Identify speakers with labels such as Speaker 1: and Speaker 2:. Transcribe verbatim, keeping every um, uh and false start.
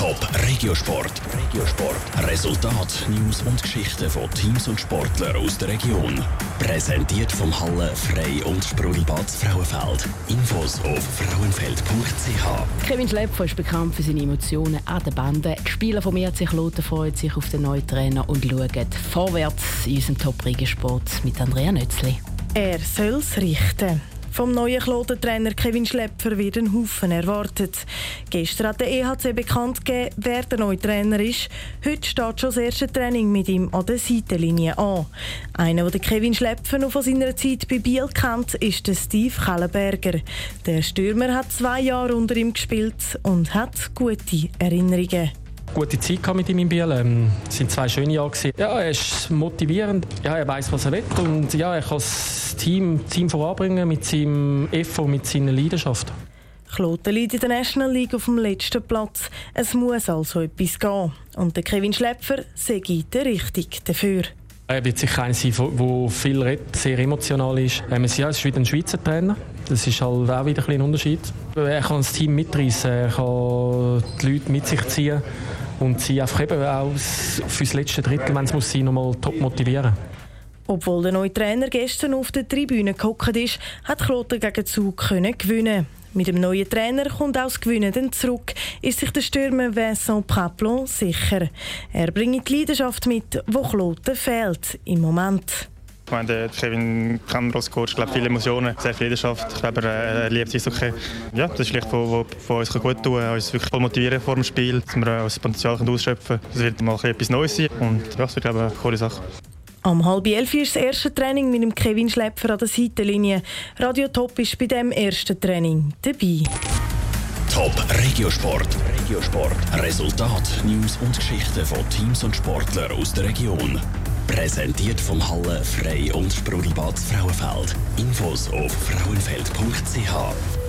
Speaker 1: Top Regiosport. Regiosport. Resultat, News und Geschichten von Teams und Sportlern aus der Region. Präsentiert vom Halle Frei und Sprudibad Frauenfeld. Infos auf frauenfeld punkt c h.
Speaker 2: Kevin Schläpfer ist bekannt für seine Emotionen an der Bande. Die Spieler vom E C Kloten freuen sich auf den neuen Trainer und schauen vorwärts in unserem Top Regiosport mit Andrea Nötzli.
Speaker 3: Er soll es richten. Vom neuen Kloten-Trainer Kevin Schläpfer wird ein Haufen erwartet. Gestern hat der E H C bekannt gegeben, wer der neue Trainer ist. Heute steht schon das erste Training mit ihm an der Seitenlinie an. Einer, der Kevin Schläpfer noch von seiner Zeit bei Biel kennt, ist der Steve Kellenberger. Der Stürmer hat zwei Jahre unter ihm gespielt und hat gute Erinnerungen.
Speaker 4: Gute Zeit mit ihm in Biel. Ähm, es waren zwei schöne Jahre. Ja, er ist motivierend. Ja, er weiss, was er will. Und ja, er kann das Team, Team voranbringen mit seinem Effort, mit seiner Leidenschaft.
Speaker 3: Kloten liegt in der National League auf dem letzten Platz. Es muss also etwas gehen. Und der Kevin Schläpfer sei der Richtige dafür.
Speaker 4: Er wird sicher einer sein, der viel redet, sehr emotional ist. Ähm, ja, es ist wieder ein Schweizer Trainer. Das ist halt auch wieder ein Unterschied. Er kann das Team mitreißen, er kann die Leute mit sich ziehen und sie einfach eben auch für das letzte Drittel, wenn es muss sein, nochmal top motivieren.
Speaker 3: Obwohl der neue Trainer gestern auf der Tribüne gehockt ist, hat Kloten gegen Zug können gewinnen. Mit dem neuen Trainer kommt auch das Gewinnen dann zurück, ist sich der Stürmer Vincent Praplon sicher. Er bringt die Leidenschaft mit, die Kloten fehlt im Moment.
Speaker 5: Ich meine, Kevin kennt als Coach, glaube viele Emotionen, sehr viel Leidenschaft. Ich glaube, er liebt es okay. Ja, das ist vielleicht, was uns gut tun kann, uns wirklich voll motivieren vor dem Spiel, dass wir unser Potenzial ausschöpfen können. Es wird mal etwas Neues sein und ja, es wird, glaube ich, eine coole Sache.
Speaker 3: Am halb elf ist das erste Training mit dem Kevin Schläpfer an der Seitenlinie. Radio Top ist bei dem ersten Training dabei.
Speaker 1: Top Regiosport. Regiosport. Resultat, News und Geschichten von Teams und Sportlern aus der Region. Präsentiert vom Halle Frei und Sprudibad Frauenfeld. Infos auf frauenfeld punkt c h.